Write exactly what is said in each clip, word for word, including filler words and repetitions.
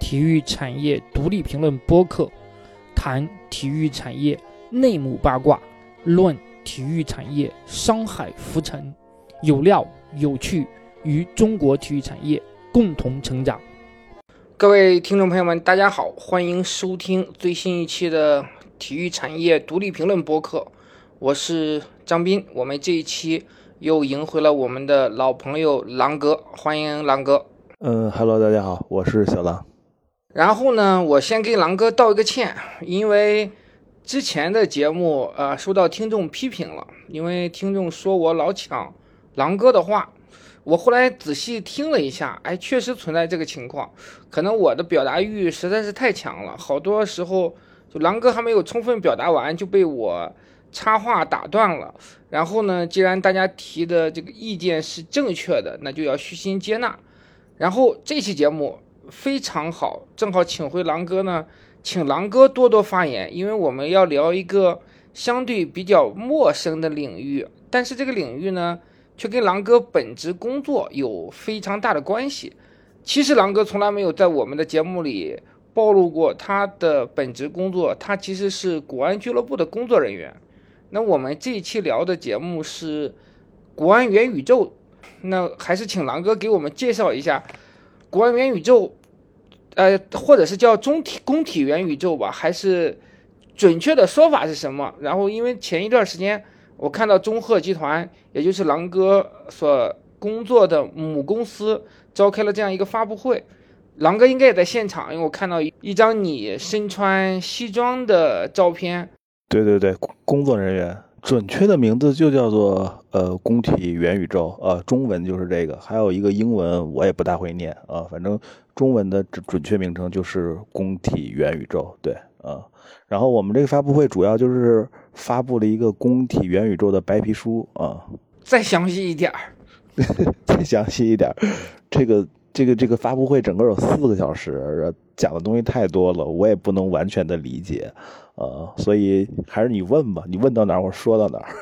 体育产业独立评论播客，谈体育产业内幕八卦，论体育产业商海浮沉，有料有趣，与中国体育产业共同成长。各位听众朋友们，大家好，欢迎收听最新一期的体育产业独立评论播客，我是张斌。我们这一期又迎回了我们的老朋友狼哥，欢迎狼哥。 嗯 ，Hello， 大家好，我是小狼。 然后呢，我先给狼哥道一个歉，因为之前的节目呃受到听众批评了，因为听众说我老抢狼哥的话。我后来仔细听了一下，哎，确实存在这个情况，可能我的表达欲实在是太强了，好多时候就狼哥还没有充分表达完就被我插话打断了。然后呢，既然大家提的这个意见是正确的，那就要虚心接纳。然后这期节目非常好，正好请回狼哥呢，请狼哥多多发言，因为我们要聊一个相对比较陌生的领域，但是这个领域呢却跟狼哥本职工作有非常大的关系。其实狼哥从来没有在我们的节目里暴露过他的本职工作，他其实是国安俱乐部的工作人员。那我们这一期聊的节目是国安元宇宙，那还是请狼哥给我们介绍一下国安元宇宙，呃，或者是叫中体工体元宇宙吧，还是准确的说法是什么？然后因为前一段时间我看到中赫集团，也就是狼哥所工作的母公司召开了这样一个发布会，狼哥应该也在现场，因为我看到一张你身穿西装的照片。 对对对，工作人员，准确的名字就叫做呃工体元宇宙，呃中文就是这个，还有一个英文我也不大会念啊、呃，反正中文的准确名称就是工体元宇宙，对啊、呃。然后我们这个发布会主要就是发布了一个工体元宇宙的白皮书啊， 再详细一点再详细一点，这个这个这个发布会整个有四个小时，讲的东西太多了，我也不能完全的理解，呃，所以还是你问吧，你问到哪儿我说到哪儿。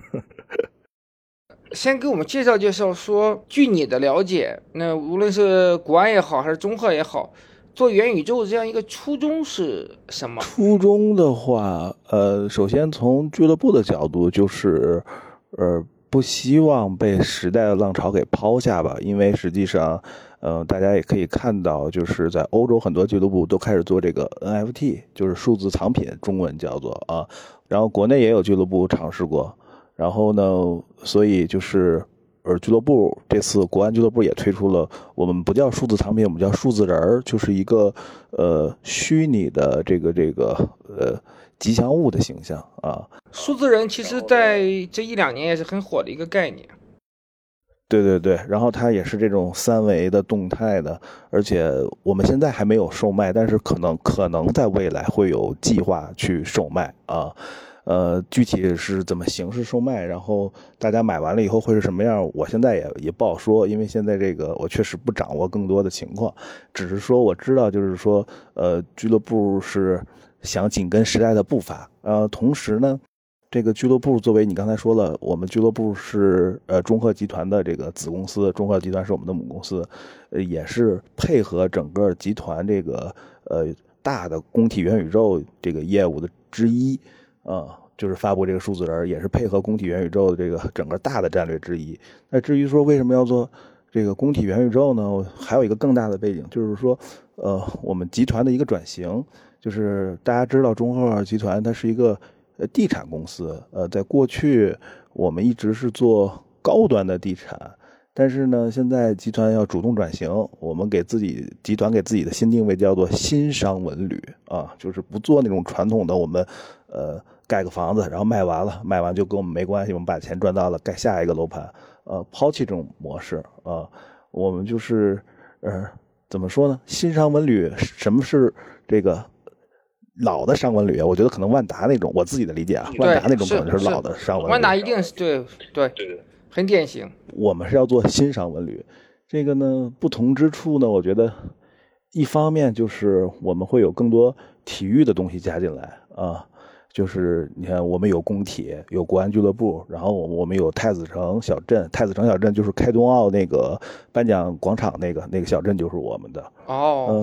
先给我们介绍介绍说，据你的了解，那无论是国安也好，还是中赫也好，做元宇宙这样一个初衷是什么？ 初衷的话，呃，首先从俱乐部的角度，就是呃不希望被时代的浪潮给抛下吧，因为实际上呃大家也可以看到，就是在欧洲很多俱乐部都开始做这个 N F T， 就是数字藏品，中文叫做啊，然后国内也有俱乐部尝试过，然后呢，所以就是而俱乐部这次国安俱乐部也推出了，我们不叫数字藏品，我们叫数字人，就是一个呃虚拟的这个这个呃吉祥物的形象啊。 数字人其实在这一两年也是很火的一个概念。 对对对，然后它也是这种三维的动态的，而且我们现在还没有售卖，但是可能可能在未来会有计划去售卖啊。呃，具体是怎么形式售卖，然后大家买完了以后会是什么样，我现在也也不好说，因为现在这个我确实不掌握更多的情况，只是说我知道，就是说，呃，俱乐部是想紧跟时代的步伐，呃，同时呢，这个俱乐部作为你刚才说了，我们俱乐部是呃中赫集团的这个子公司，中赫集团是我们的母公司，呃，也是配合整个集团这个呃大的工体元宇宙这个业务的之一。啊、嗯，就是发布这个数字人，也是配合工体元宇宙的这个整个大的战略之一。那至于说为什么要做这个工体元宇宙呢？还有一个更大的背景，就是说，呃，我们集团的一个转型，就是大家知道中赫集团它是一个呃地产公司，呃，在过去我们一直是做高端的地产。但是呢，现在集团要主动转型，我们给自己集团给自己的新定位叫做新商文旅啊，就是不做那种传统的我们呃盖个房子然后卖完了，卖完就跟我们没关系，我们把钱赚到了盖下一个楼盘，呃抛弃这种模式啊，我们就是呃怎么说呢？新商文旅，什么是这个老的商文旅啊？我觉得可能万达那种，我自己的理解啊，万达那种可能就是老的商文旅， 万达一定是对对对。很典型。 我们是要做新商文旅，这个呢不同之处呢，我觉得一方面就是我们会有更多体育的东西加进来啊，就是你看我们有工体，有国安俱乐部，然后我们有太子城小镇，太子城小镇就是开冬奥那个颁奖广场那个那个小镇就是我们的哦。 呃，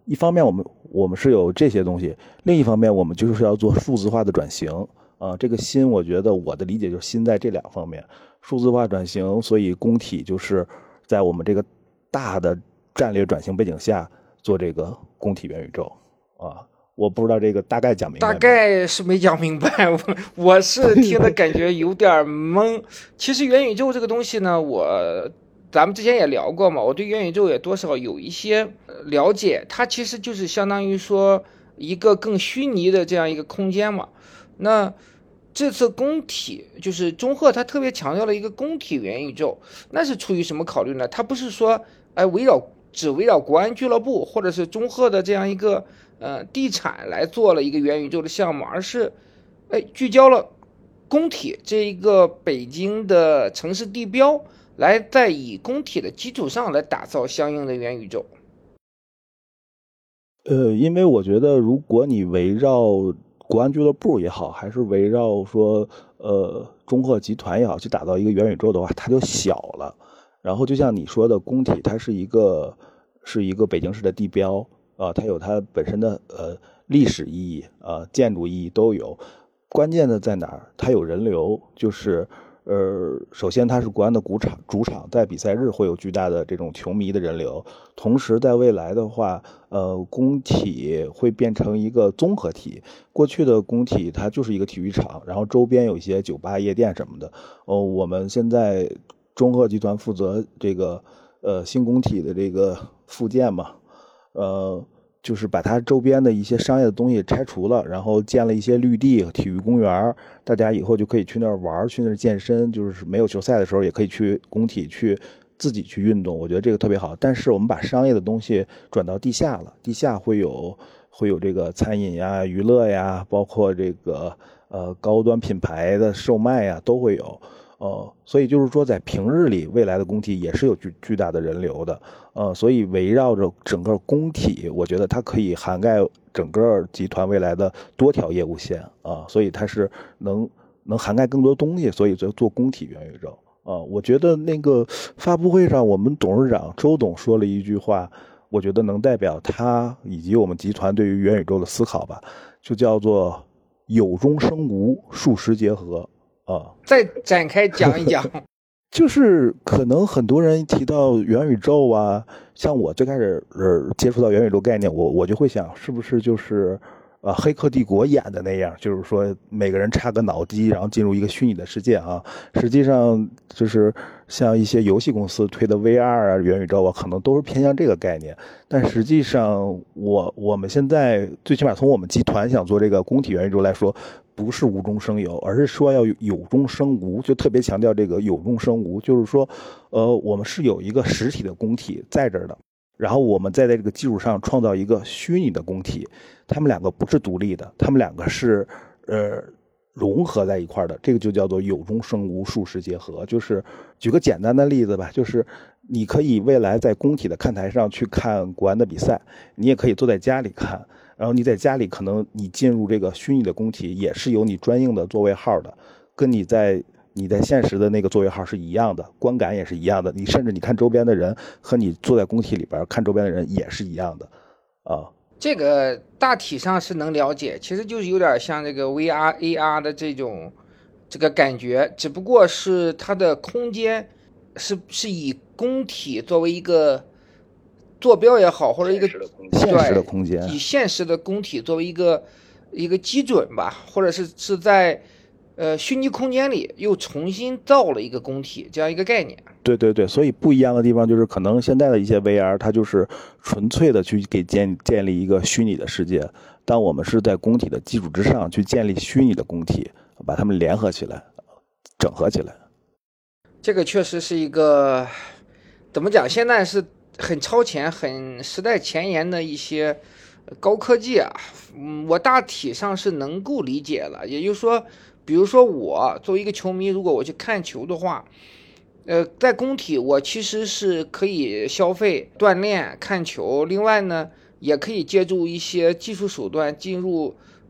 一方面我们我们是有这些东西，另一方面我们就是要做数字化的转型啊、呃。这个新，我觉得我的理解就是新在这两方面，数字化转型，所以工体就是在我们这个大的战略转型背景下做这个工体元宇宙啊。我不知道这个大概讲明白没？ 大概是没讲明白，我我是听的感觉有点懵。其实元宇宙这个东西呢，我咱们之前也聊过嘛，我对元宇宙也多少有一些了解。它其实就是相当于说一个更虚拟的这样一个空间嘛。那这次工体就是中赫他特别强调了一个工体元宇宙，那是出于什么考虑呢？他不是说哎围绕只围绕国安俱乐部或者是中赫的这样一个呃地产来做了一个元宇宙的项目，而是哎聚焦了工体这一个北京的城市地标，来再以工体的基础上来打造相应的元宇宙。 呃，因为我觉得如果你围绕国安俱乐部也好，还是围绕说呃中赫集团也好去打造一个元宇宙的话，它就小了。然后就像你说的，工体它是一个是一个北京市的地标啊、呃，它有它本身的呃历史意义啊、呃、建筑意义都有。关键的在哪儿？它有人流，就是呃，首先它是国安的主场，主场在比赛日会有巨大的这种球迷的人流。同时，在未来的话，呃，工体会变成一个综合体。过去的工体它就是一个体育场，然后周边有一些酒吧、夜店什么的。哦，我们现在中赫集团负责这个呃新工体的这个复建嘛，呃。就是把它周边的一些商业的东西拆除了，然后建了一些绿地、体育公园，大家以后就可以去那儿玩，去那儿健身，就是没有球赛的时候也可以去工体去自己去运动，我觉得这个特别好。但是我们把商业的东西转到地下了，地下会有会有这个餐饮呀、娱乐呀，包括这个呃高端品牌的售卖呀，都会有。呃，所以就是说，在平日里，未来的工体也是有巨巨大的人流的，呃，所以围绕着整个工体，我觉得它可以涵盖整个集团未来的多条业务线啊、呃，所以它是能能涵盖更多东西，所以就做工体元宇宙啊、呃。我觉得那个发布会上，我们董事长周董说了一句话，我觉得能代表他以及我们集团对于元宇宙的思考吧，就叫做有中生无，数实结合。啊， 再展开讲一讲。 就是可能很多人提到元宇宙啊，像我最开始呃接触到元宇宙概念，我我就会想，是不是就是呃《黑客帝国》演的那样，就是说每个人插个脑机，然后进入一个虚拟的世界啊。实际上就是像一些游戏公司推的 V R 啊、元宇宙啊，可能都是偏向这个概念。但实际上，我我们现在最起码从我们集团想做这个工体元宇宙来说，不是无中生有，而是说要有中生无，就特别强调这个有中生无，就是说，呃，我们是有一个实体的工体在这儿的，然后我们再在这个基础上创造一个虚拟的工体，他们两个不是独立的，他们两个是呃融合在一块的，这个就叫做有中生无，数实结合。就是举个简单的例子吧，就是你可以未来在工体的看台上去看国安的比赛，你也可以坐在家里看。然后你在家里，可能你进入这个虚拟的工体也是有你专用的座位号的，跟你在你在现实的那个座位号是一样的，观感也是一样的。你甚至你看周边的人和你坐在工体里边看周边的人也是一样的，啊， 这个大体上是能了解，其实就是有点像这个 V R、A R 的这种这个感觉，只不过是它的空间是是以工体作为一个坐标也好，或者一个现实的空间， 以现实的工体作为一个一个基准吧，或者是是在呃虚拟空间里又重新造了一个工体这样一个概念。 对对对，所以不一样的地方就是可能现在的一些 V R 它就是纯粹的去给建建立一个虚拟的世界，但我们是在工体的基础之上去建立虚拟的工体，把它们联合起来，整合起来。 这个确实是一个怎么讲，现在是很超前、很时代前沿的一些高科技啊，嗯，我大体上是能够理解了。也就是说，比如说我作为一个球迷，如果我去看球的话，呃，在工体我其实是可以消费、锻炼、看球，另外呢，也可以借助一些技术手段进入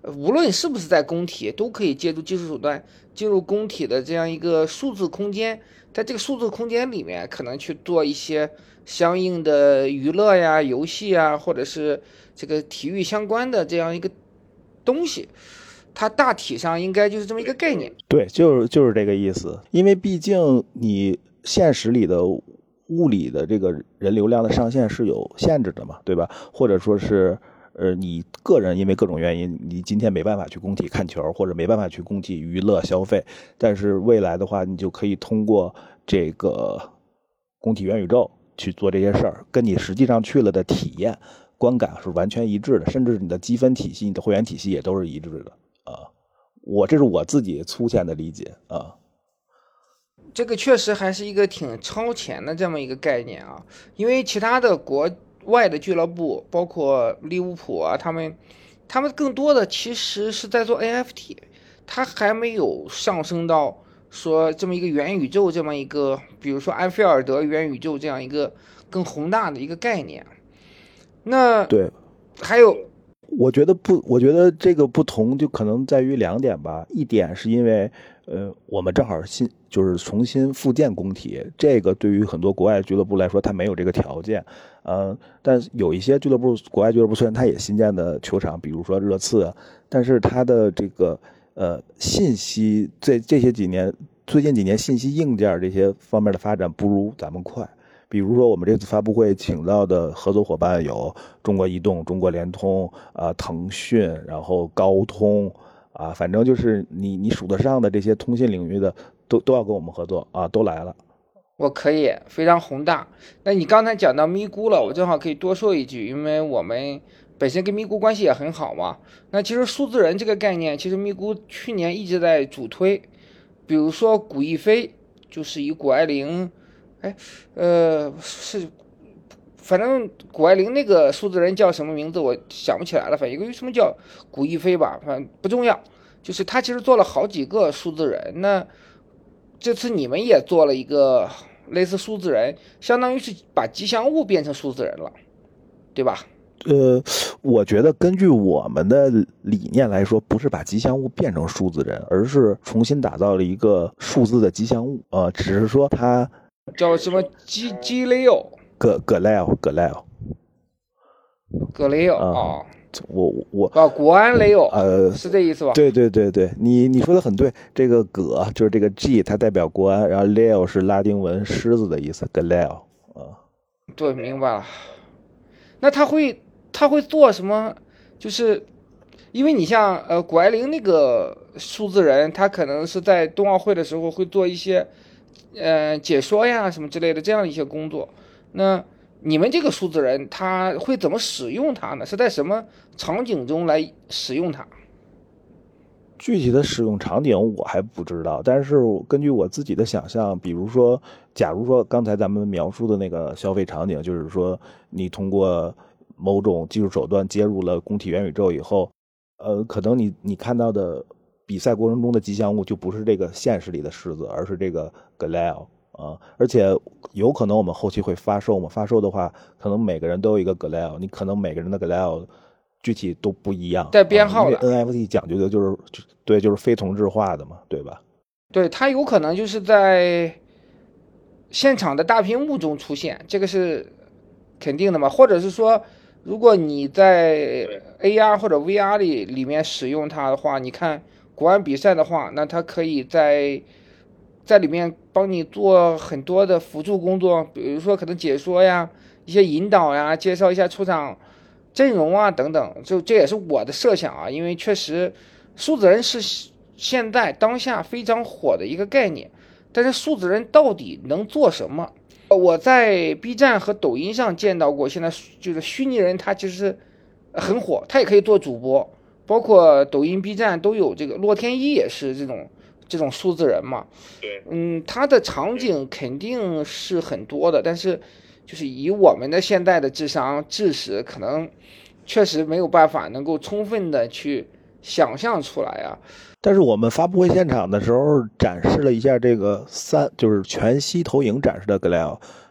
无论是不是在工体，都可以借助技术手段进入工体的这样一个数字空间，在这个数字空间里面，可能去做一些相应的娱乐呀、游戏啊，或者是这个体育相关的这样一个东西。它大体上应该就是这么一个概念。 对，就是就是这个意思。因为毕竟你现实里的物理的这个人流量的上限是有限制的嘛，对吧？或者说是呃，你个人因为各种原因，你今天没办法去工体看球，或者没办法去工体娱乐消费，但是未来的话，你就可以通过这个工体元宇宙去做这些事儿，跟你实际上去了的体验观感是完全一致的，甚至你的积分体系、你的会员体系也都是一致的啊。我这是我自己粗浅的理解啊。 这个确实还是一个挺超前的这么一个概念啊，因为其他的国外的俱乐部，包括利物浦啊，他们他们更多的其实是在做 N F T， 它还没有上升到说这么一个元宇宙这么一个，比如说安菲尔德元宇宙这样一个更宏大的一个概念。那对， 还有。 我觉得不，我觉得这个不同就可能在于两点吧。一点是因为，呃，我们正好新就是重新复建工体，这个对于很多国外俱乐部来说，它没有这个条件。呃，但有一些俱乐部，国外俱乐部虽然它也新建的球场，比如说热刺，但是它的这个呃信息，这这些几年，最近几年信息硬件这些方面的发展不如咱们快。比如说我们这次发布会请到的合作伙伴有中国移动、中国联通、啊、呃、腾讯，然后高通啊，反正就是你你数得上的这些通信领域的都都要跟我们合作啊，都来了。 我可以，非常宏大。那你刚才讲到咪咕了，我正好可以多说一句，因为我们本身跟咪咕关系也很好嘛。那其实数字人这个概念，其实咪咕去年一直在主推，比如说古一飞，就是以谷爱凌。哎，呃，是，反正谷爱凌那个数字人叫什么名字，我想不起来了。反正有个什么叫古一飞吧，反正不重要。就是他其实做了好几个数字人，那这次你们也做了一个类似数字人，相当于是把吉祥物变成数字人了，对吧？ 呃，我觉得根据我们的理念来说，不是把吉祥物变成数字人，而是重新打造了一个数字的吉祥物。呃，只是说它。 叫什么基基雷奥， 葛葛莱奥，葛莱奥， 葛雷奥啊！ 我我啊，国安雷奥， 呃， 是这意思吧？ 对对对对，你你说的很对。这个葛就是这个 G， 它代表国安，然后 Leo 是拉丁文狮子的意思，葛莱奥啊。 对，明白了。那他会他会做什么？就是因为你像呃谷爱凌那个数字人，他可能是在冬奥会的时候会做一些。呃，解说呀什么之类的这样一些工作，那你们这个数字人他会怎么使用它呢？是在什么场景中来使用它？ 具体的使用场景我还不知道，但是根据我自己的想象，比如说，假如说刚才咱们描述的那个消费场景，就是说你通过某种技术手段接入了工体元宇宙以后，呃，可能你你看到的。比赛过程中的吉祥物就不是这个现实里的狮子，而是这个 Galil 啊，而且有可能我们后期会发售嘛，发售的话，可能每个人都有一个 Galil， 你可能每个人的 Galil 具体都不一样， 带编号的。 啊、因为 N F T 讲究的就是对，就是非同质化的嘛，对吧？ 对，它有可能就是在现场的大屏幕中出现，这个是肯定的嘛，或者是说。如果你在 A R 或者 V R 里里面使用它的话，你看国安比赛的话，那它可以在在里面帮你做很多的辅助工作，比如说可能解说呀、一些引导呀、介绍一下出场阵容啊等等。就这也是我的设想啊，因为确实数字人是现在当下非常火的一个概念，但是数字人到底能做什么？我在 B 站和抖音上见到过，现在就是虚拟人，他其实很火，他也可以做主播，包括抖音、B 站都有这个。洛天依也是这种这种数字人嘛， 对， 嗯，他的场景肯定是很多的，但是就是以我们的现在的智商知识，可能确实没有办法能够充分的去想象出来啊。 但是我们发布会现场的时候展示了一下这个三，就是全息投影展示的 Galil，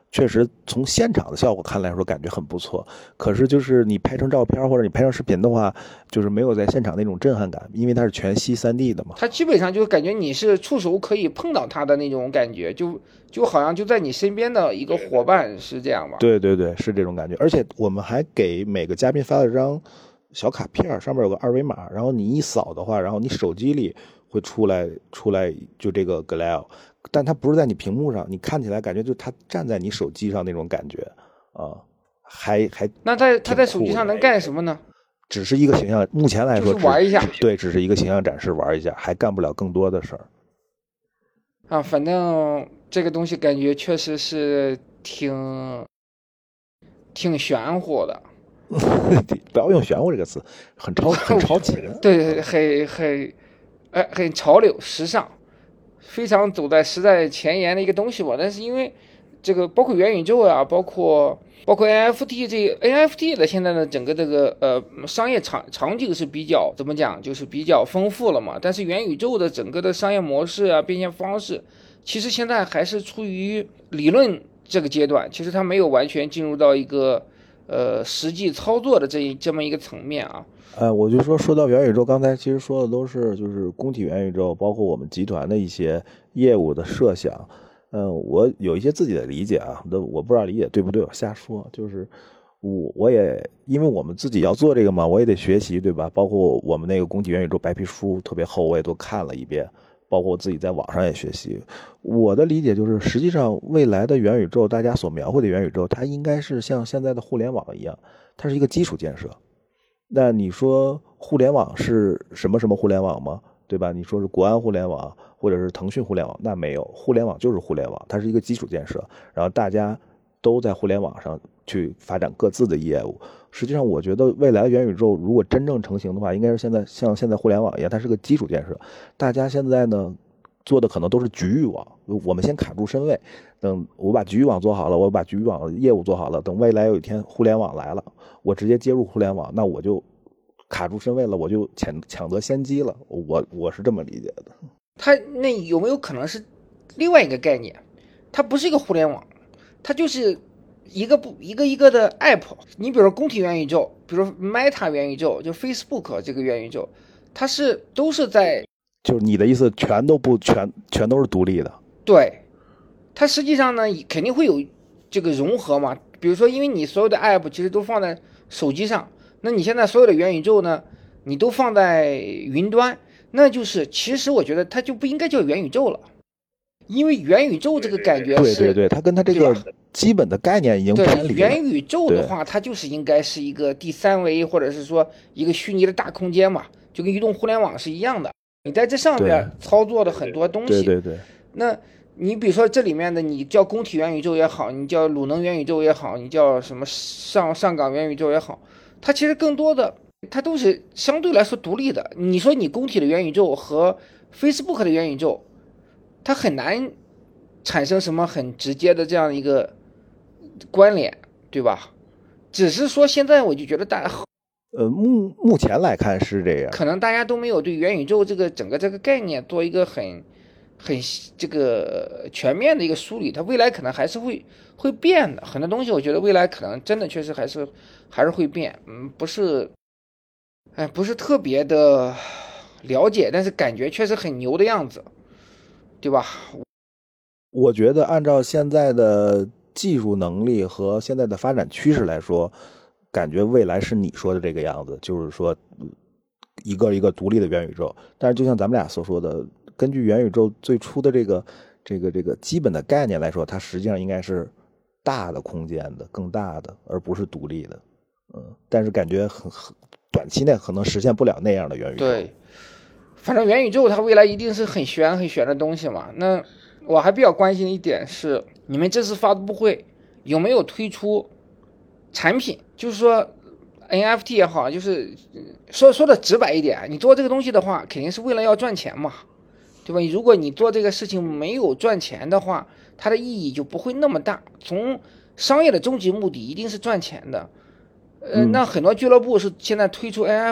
确实从现场的效果看来说感觉很不错，可是就是你拍成照片或者你拍成视频的话，就是没有在现场那种震撼感，因为它是全息 三 D 的嘛。 它基本上就感觉你是触手可以碰到它的那种感觉，就就好像就在你身边的一个伙伴，是这样吧？ 对对对，是这种感觉。而且我们还给每个嘉宾发了张小卡片，上面有个二维码，然后你一扫的话，然后你手机里会出来出来就这个 Galil， 但它不是在你屏幕上，你看起来感觉就它站在你手机上那种感觉啊，还还那它它在手机上能干什么呢？ 只是一个形象，目前来说就是玩一下， 对，只是一个形象展示，玩一下，还干不了更多的事儿啊。反正这个东西感觉确实是挺挺玄乎的。 不要用玄乎这个词，很超很超前。 对，很很哎很潮流时尚，非常走在时代前沿的一个东西吧。但是因为这个包括元宇宙啊，包括包括 N F T 这 N F T 的现在的整个这个呃商业场场景是比较怎么讲，就是比较丰富了嘛。但是元宇宙的整个的商业模式啊，变现方式，其实现在还是处于理论这个阶段，其实它没有完全进入到一个呃实际操作的这一这么一个层面啊。 呃，我就说说到元宇宙，刚才其实说的都是就是工体元宇宙，包括我们集团的一些业务的设想。嗯、呃，我有一些自己的理解啊，那我不知道理解对不对，我瞎说。就是我我也因为我们自己要做这个嘛，我也得学习，对吧？包括我们那个工体元宇宙白皮书特别厚，我也都看了一遍，包括我自己在网上也学习。我的理解就是，实际上未来的元宇宙，大家所描绘的元宇宙，它应该是像现在的互联网一样，它是一个基础建设。那你说互联网是什么什么互联网吗？对吧？你说是国安互联网或者是腾讯互联网，那没有，互联网就是互联网，它是一个基础建设，然后大家都在互联网上去发展各自的业务。实际上我觉得未来元宇宙如果真正成型的话，应该是现在像现在互联网一样，它是个基础建设。大家现在呢做的可能都是局域网，我们先卡住身位，等我把局域网做好了，我把局域网的业务做好了，等未来有一天互联网来了，我直接接入互联网，那我就卡住身位了，我就抢抢得先机了。我我是这么理解的。 它那有没有可能是另外一个概念？它不是一个互联网，它就是一个不一个一个的 app。你比如说工体元宇宙，比如说 Meta 元宇宙，就 Facebook 这个元宇宙，它是都是在， 就是你的意思，全都不全全都是独立的？ 对，它实际上呢肯定会有这个融合嘛。比如说，因为你所有的 app 其实都放在手机上，那你现在所有的元宇宙呢，你都放在云端，那就是其实我觉得它就不应该叫元宇宙了，因为元宇宙这个感觉是， 对对对，它跟它这个基本的概念已经偏离了。 元宇宙的话，它就是应该是一个第三维，或者是说一个虚拟的大空间嘛，就跟移动互联网是一样的。你在这上边操作的很多东西， 对对对。 那你比如说这里面的，你叫工体元宇宙也好，你叫鲁能元宇宙也好，你叫什么上上港元宇宙也好，它其实更多的它都是相对来说独立的。你说你工体的元宇宙和 Facebook 的元宇宙，它很难产生什么很直接的这样一个关联，对吧？只是说现在我就觉得大家呃目目前来看是这样， 可能大家都没有对元宇宙这个整个这个概念做一个很很这个全面的一个梳理，它未来可能还是会会变的。很多东西我觉得未来可能真的确实还是还是会变，嗯，不是，哎，不是特别的了解，但是感觉确实很牛的样子，对吧？ 我觉得按照现在的技术能力和现在的发展趋势来说，感觉未来是你说的这个样子，就是说一个一个独立的元宇宙。但是就像咱们俩所说的，根据元宇宙最初的这个这个这个基本的概念来说，它实际上应该是大的空间的，更大的，而不是独立的。嗯，但是感觉很很短期内可能实现不了那样的元宇宙。 对，反正元宇宙它未来一定是很玄很玄的东西嘛。那我还比较关心的一点是，你们这次发布会有没有推出产品？就是说 N F T 也好，就是说说的直白一点，你做这个东西的话，肯定是为了要赚钱嘛，对吧？如果你做这个事情没有赚钱的话，它的意义就不会那么大。从商业的终极目的一定是赚钱的。呃， 嗯、 那很多俱乐部是现在推出 N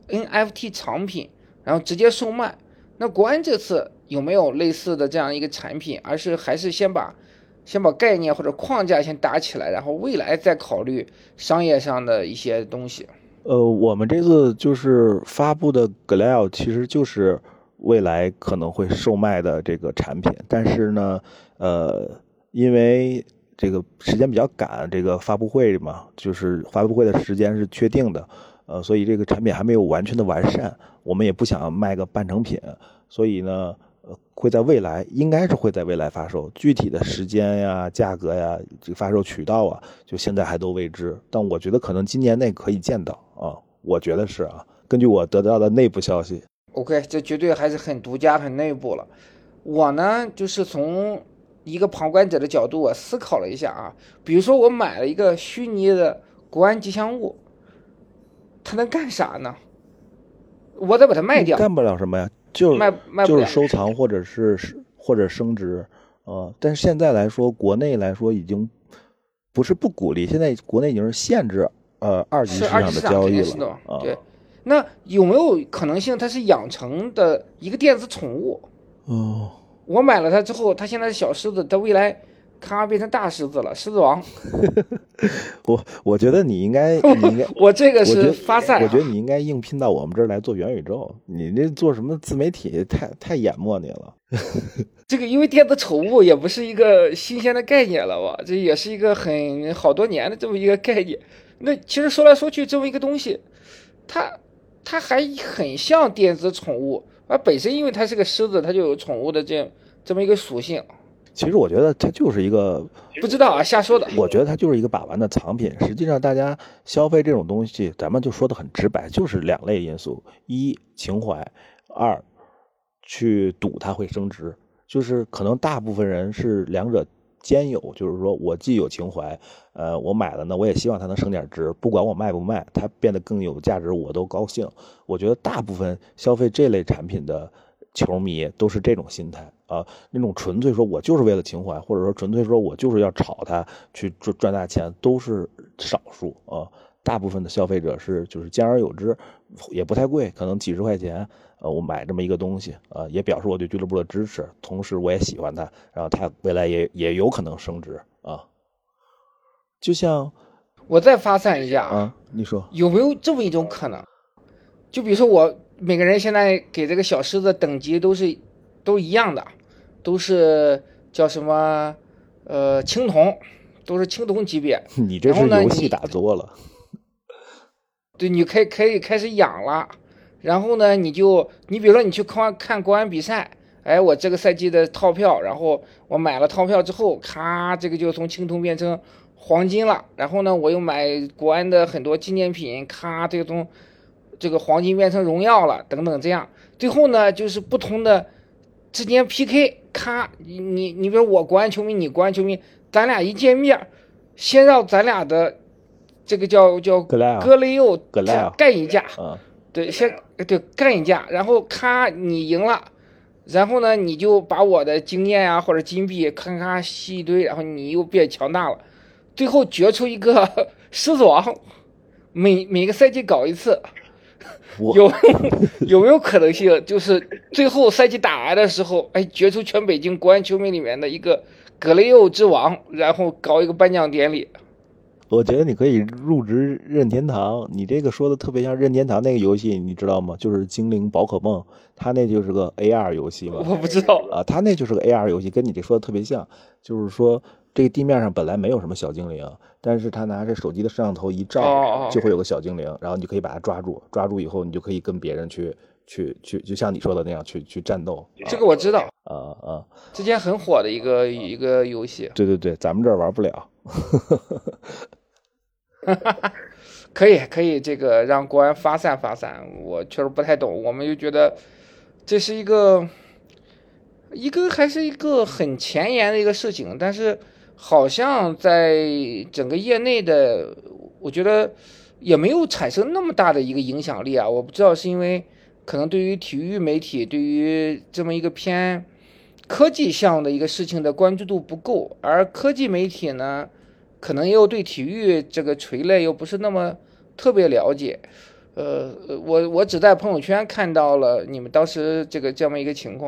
F T 产品，然后直接售卖。那国安这次有没有类似的这样一个产品，而是还是先把先把概念或者框架先打起来，然后未来再考虑商业上的一些东西。 呃，我们这次就是发布的 Galil 其实就是未来可能会售卖的这个产品，但是呢，呃，因为这个时间比较赶，这个发布会嘛，就是发布会的时间是确定的，呃，所以这个产品还没有完全的完善，我们也不想卖个半成品，所以呢，呃，会在未来，应该是会在未来发售，具体的时间呀、价格呀、这个发售渠道啊，就现在还都未知，但我觉得可能今年内可以见到啊，我觉得是啊，根据我得到的内部消息。 OK， 这绝对还是很独家、很内部了。我呢，就是从一个旁观者的角度，我思考了一下啊，比如说我买了一个虚拟的国安吉祥物，它能干啥呢？我得把它卖掉， 干不了什么呀，就是卖卖不了就是收藏或者是或者升值，呃，但是现在来说，国内来说已经不是不鼓励，现在国内已经是限制呃二级市场的交易了啊。 对，那有没有可能性它是养成的一个电子宠物？ 哦， 我买了它之后，它现在是小狮子，它未来咔变成大狮子了，狮子王。 我我觉得你应该，你应该， 我这个是发散、啊我。我觉得你应该应聘到我们这儿来做元宇宙。你这做什么自媒体，太太淹没你了。 这个因为电子宠物也不是一个新鲜的概念了吧？这也是一个很好多年的这么一个概念。那其实说来说去，这么一个东西，它它还很像电子宠物，而本身因为它是个狮子，它就有宠物的这这么一个属性。 其实我觉得它就是一个不知道啊，瞎说的。 我觉得它就是一个把玩的藏品。实际上，大家消费这种东西，咱们就说的很直白，就是两类因素：一情怀，二去赌它会升值。就是可能大部分人是两者兼有，就是说我既有情怀，呃，我买了呢，我也希望它能升点值，不管我卖不卖，它变得更有价值，我都高兴。我觉得大部分消费这类产品的球迷都是这种心态啊，那种纯粹说我就是为了情怀，或者说纯粹说我就是要炒它去赚赚大钱，都是少数啊。大部分的消费者是就是兼而有之，也不太贵，可能几十块钱，呃，我买这么一个东西，呃，也表示我对俱乐部的支持，同时我也喜欢它，然后它未来也也有可能升值啊。就像我再发散一下啊，你说有没有这么一种可能？就比如说我每个人现在给这个小狮子等级都是都一样的，都是叫什么呃青铜，都是青铜级别。 你这是游戏打多了。 对，你可以可以开始养了，然后呢，你就你比如说你去看看国安比赛，哎，我这个赛季的套票，然后我买了套票之后，咔，这个就从青铜变成黄金了，然后呢，我又买国安的很多纪念品，咔，这个从这个黄金变成荣耀了，等等，这样，最后呢，就是不同的之间 P K， 咔，你你你比如我国安球迷，你国安球迷，咱俩一见面，先让咱俩的。这个叫叫格雷欧干一架，对，先对干一架，然后咔你赢了，然后呢你就把我的经验啊或者金币咔咔吸一堆，然后你又变强大了，最后决出一个狮子王，每每个赛季搞一次，有有没有可能性就是最后赛季打完的时候，哎，决出全北京国安球迷里面的一个格雷欧之王，然后搞一个颁奖典礼。 我觉得你可以入职任天堂，你这个说的特别像任天堂那个游戏，你知道吗？就是精灵宝可梦，它那就是个 A R 游戏嘛。 我不知道啊，它那就是个 A R 游戏，跟你这说的特别像，就是说这个地面上本来没有什么小精灵，但是他拿着手机的摄像头一照，就会有个小精灵，然后你就可以把它抓住，抓住以后你就可以跟别人去去去，就像你说的那样去去战斗。 这个我知道啊啊， 之前很火的一个一个游戏。 对对对，咱们这儿玩不了。 可以可以，这个让国安发散发散，我确实不太懂，我们就觉得这是一个一个还是一个很前沿的一个事情，但是好像在整个业内的，我觉得也没有产生那么大的一个影响力啊。我不知道是因为可能对于体育媒体，对于这么一个偏科技项的一个事情的关注度不够，而科技媒体呢，可能又对体育这个垂类又不是那么特别了解，呃，我我只在朋友圈看到了你们当时这个这么一个情况，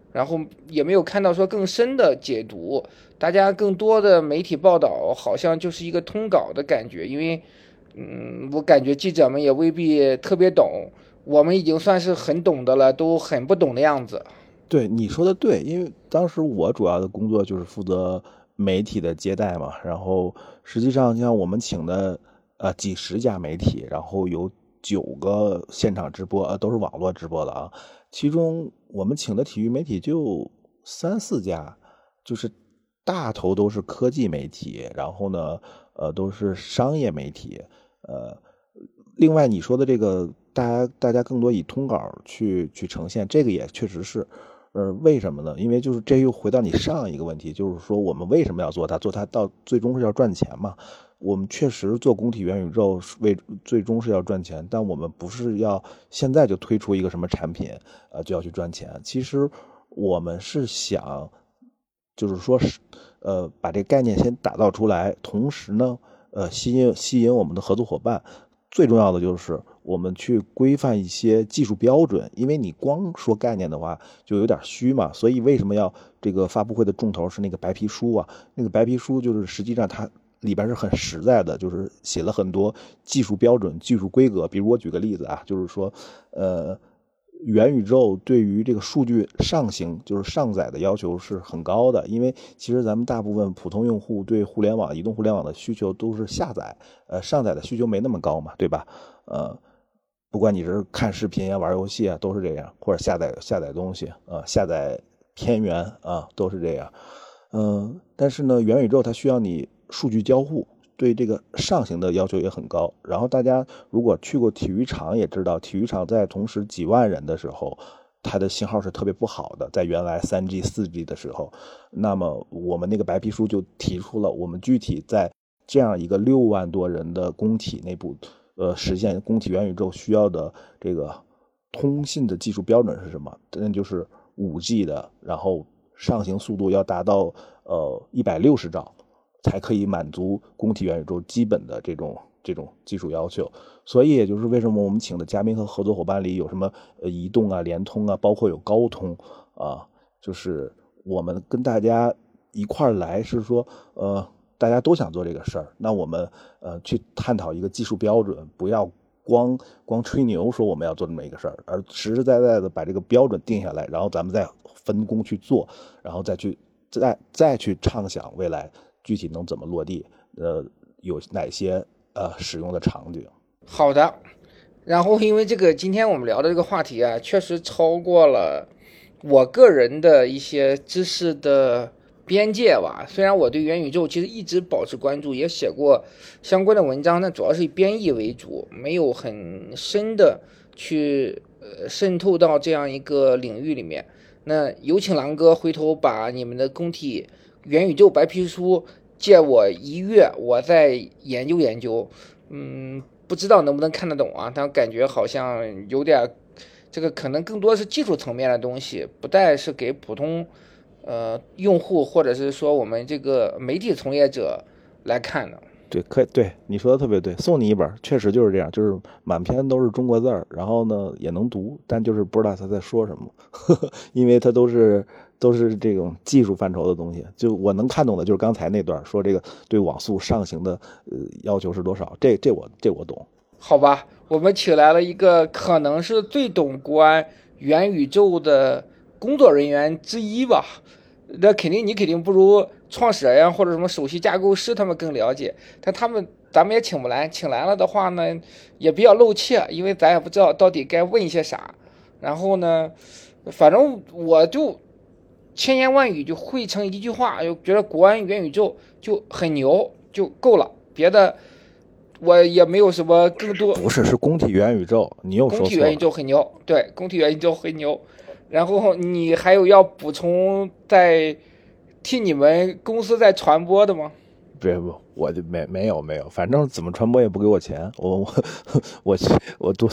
然后也没有看到说更深的解读。大家更多的媒体报道好像就是一个通稿的感觉，因为嗯，我感觉记者们也未必特别懂，我们已经算是很懂的了，都很不懂的样子。 对，你说的对，因为当时我主要的工作就是负责媒体的接待嘛，然后实际上像我们请的呃几十家媒体，然后有九个现场直播，呃都是网络直播的啊，其中我们请的体育媒体就三四家，就是大头都是科技媒体，然后呢呃都是商业媒体，呃另外你说的这个大家大家更多以通稿去去呈现，这个也确实是。呃，为什么呢？因为就是这又回到你上一个问题，就是说我们为什么要做它？做它到最终是要赚钱嘛？我们确实做工体元宇宙为最终是要赚钱，但我们不是要现在就推出一个什么产品，呃，就要去赚钱。其实我们是想，就是说是，呃，把这个概念先打造出来，同时呢，呃，吸引吸引我们的合作伙伴。最重要的就是我们去规范一些技术标准，因为你光说概念的话就有点虚嘛，所以为什么要这个发布会的重头是那个白皮书啊？那个白皮书就是实际上它里边是很实在的，就是写了很多技术标准、技术规格。比如我举个例子啊，就是说，呃，元宇宙对于这个数据上行，就是上载的要求是很高的，因为其实咱们大部分普通用户对互联网、移动互联网的需求都是下载，呃，上载的需求没那么高嘛，对吧？呃，不管你是看视频啊、玩游戏啊，都是这样，或者下载下载东西啊、呃，下载片源啊，都是这样。嗯、呃，但是呢，元宇宙它需要你数据交互。对这个上行的要求也很高，然后大家如果去过体育场也知道，体育场在同时几万人的时候，它的信号是特别不好的，在原来 三 G 四 G 的时候，那么我们那个白皮书就提出了，我们具体在这样一个六万多人的工体内部，呃，实现工体元宇宙需要的这个通信的技术标准是什么？那就是 五 G 的，然后上行速度要达到呃一百六十兆。才可以满足工体元宇宙基本的这种这种技术要求，所以也就是为什么我们请的嘉宾和合作伙伴里有什么呃移动啊、联通啊，包括有高通啊，就是我们跟大家一块来，是说呃大家都想做这个事儿，那我们呃去探讨一个技术标准，不要光光吹牛说我们要做这么一个事儿，而实实在在的把这个标准定下来，然后咱们再分工去做，然后再去再再去畅想未来。具体能怎么落地？呃，有哪些呃使用的场景？ 好的，然后因为这个今天我们聊的这个话题啊，确实超过了我个人的一些知识的边界吧。虽然我对元宇宙其实一直保持关注，也写过相关的文章，但主要是以编译为主，没有很深的去呃渗透到这样一个领域里面。那有请狼哥回头把你们的工体元宇宙白皮书借我一月，我再研究研究。嗯，不知道能不能看得懂啊？但感觉好像有点，这个可能更多是技术层面的东西，不再是给普通呃用户或者是说我们这个媒体从业者来看的。 对，可以，对你说的特别对，送你一本，确实就是这样，就是满篇都是中国字儿，然后呢也能读，但就是不知道他在说什么，呵呵，因为他都是都是这种技术范畴的东西，就我能看懂的就是刚才那段说这个对网速上行的呃要求是多少，这这我这我懂。 好吧，我们请来了一个可能是最懂关元宇宙的工作人员之一吧。那肯定你肯定不如创始人或者什么首席架构师他们更了解，但他们咱们也请不来，请来了的话呢也比较露怯，因为咱也不知道到底该问一些啥。然后呢反正我就千言万语就汇成一句话，就觉得国安元宇宙就很牛就够了，别的我也没有什么更多。 不是，是工体元宇宙，你又说错了。 工体元宇宙很牛，对，工体元宇宙很牛。然后你还有要补充在替你们公司在传播的吗？ 别不，我就没没有没有，反正怎么传播也不给我钱，我我我我多，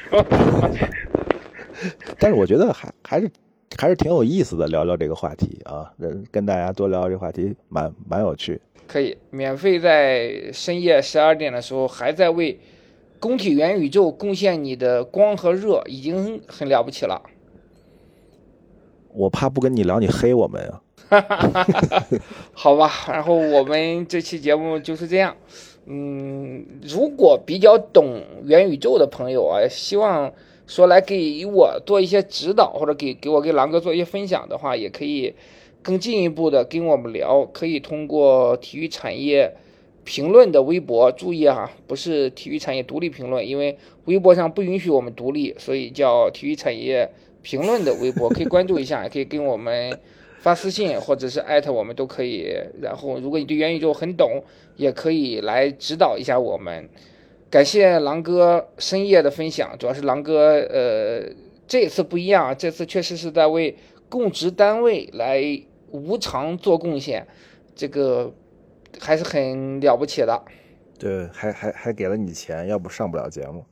但是我觉得还还是还是挺有意思的，聊聊这个话题啊，跟大家多聊这个话题，蛮蛮有趣。 可以免费在深夜十二点的时候还在为工体元宇宙贡献你的光和热，已经很了不起了。 我怕不跟你聊，你黑我们呀。 好吧，然后我们这期节目就是这样。嗯，如果比较懂元宇宙的朋友啊，希望说来给我做一些指导，或者给给我给狼哥做一些分享的话，也可以更进一步的跟我们聊，可以通过体育产业评论的微博，注意啊，不是体育产业独立评论，因为微博上不允许我们独立，所以叫体育产业评论的微博，可以关注一下，也可以跟我们发私信或者是艾特我们都可以。然后如果你对元宇宙很懂，也可以来指导一下我们。感谢狼哥深夜的分享，主要是狼哥呃这次不一样，这次确实是在为供职单位来无偿做贡献，这个还是很了不起的。 对，还还还给了你钱，要不上不了节目。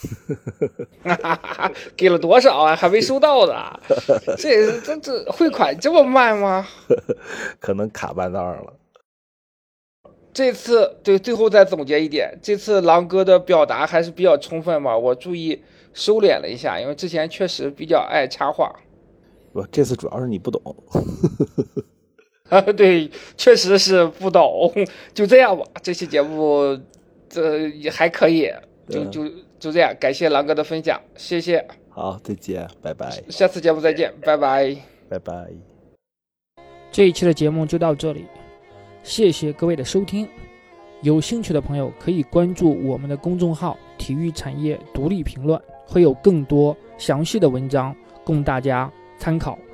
给了多少啊？还没收到呢。这这这汇款这么慢吗？ 可能卡半道了。 这次对，最后再总结一点，这次狼哥的表达还是比较充分吧，我注意收敛了一下，因为之前确实比较爱插话。 不，这次主要是你不懂。 啊，对，确实是不懂，就这样吧。这期节目这也还可以，就就就这样。感谢狼哥的分享，谢谢。 好，再见，拜拜。 下次节目再见，拜拜， 拜拜。 这一期的节目就到这里，谢谢各位的收听。有兴趣的朋友可以关注我们的公众号“体育产业独立评论”，会有更多详细的文章供大家参考。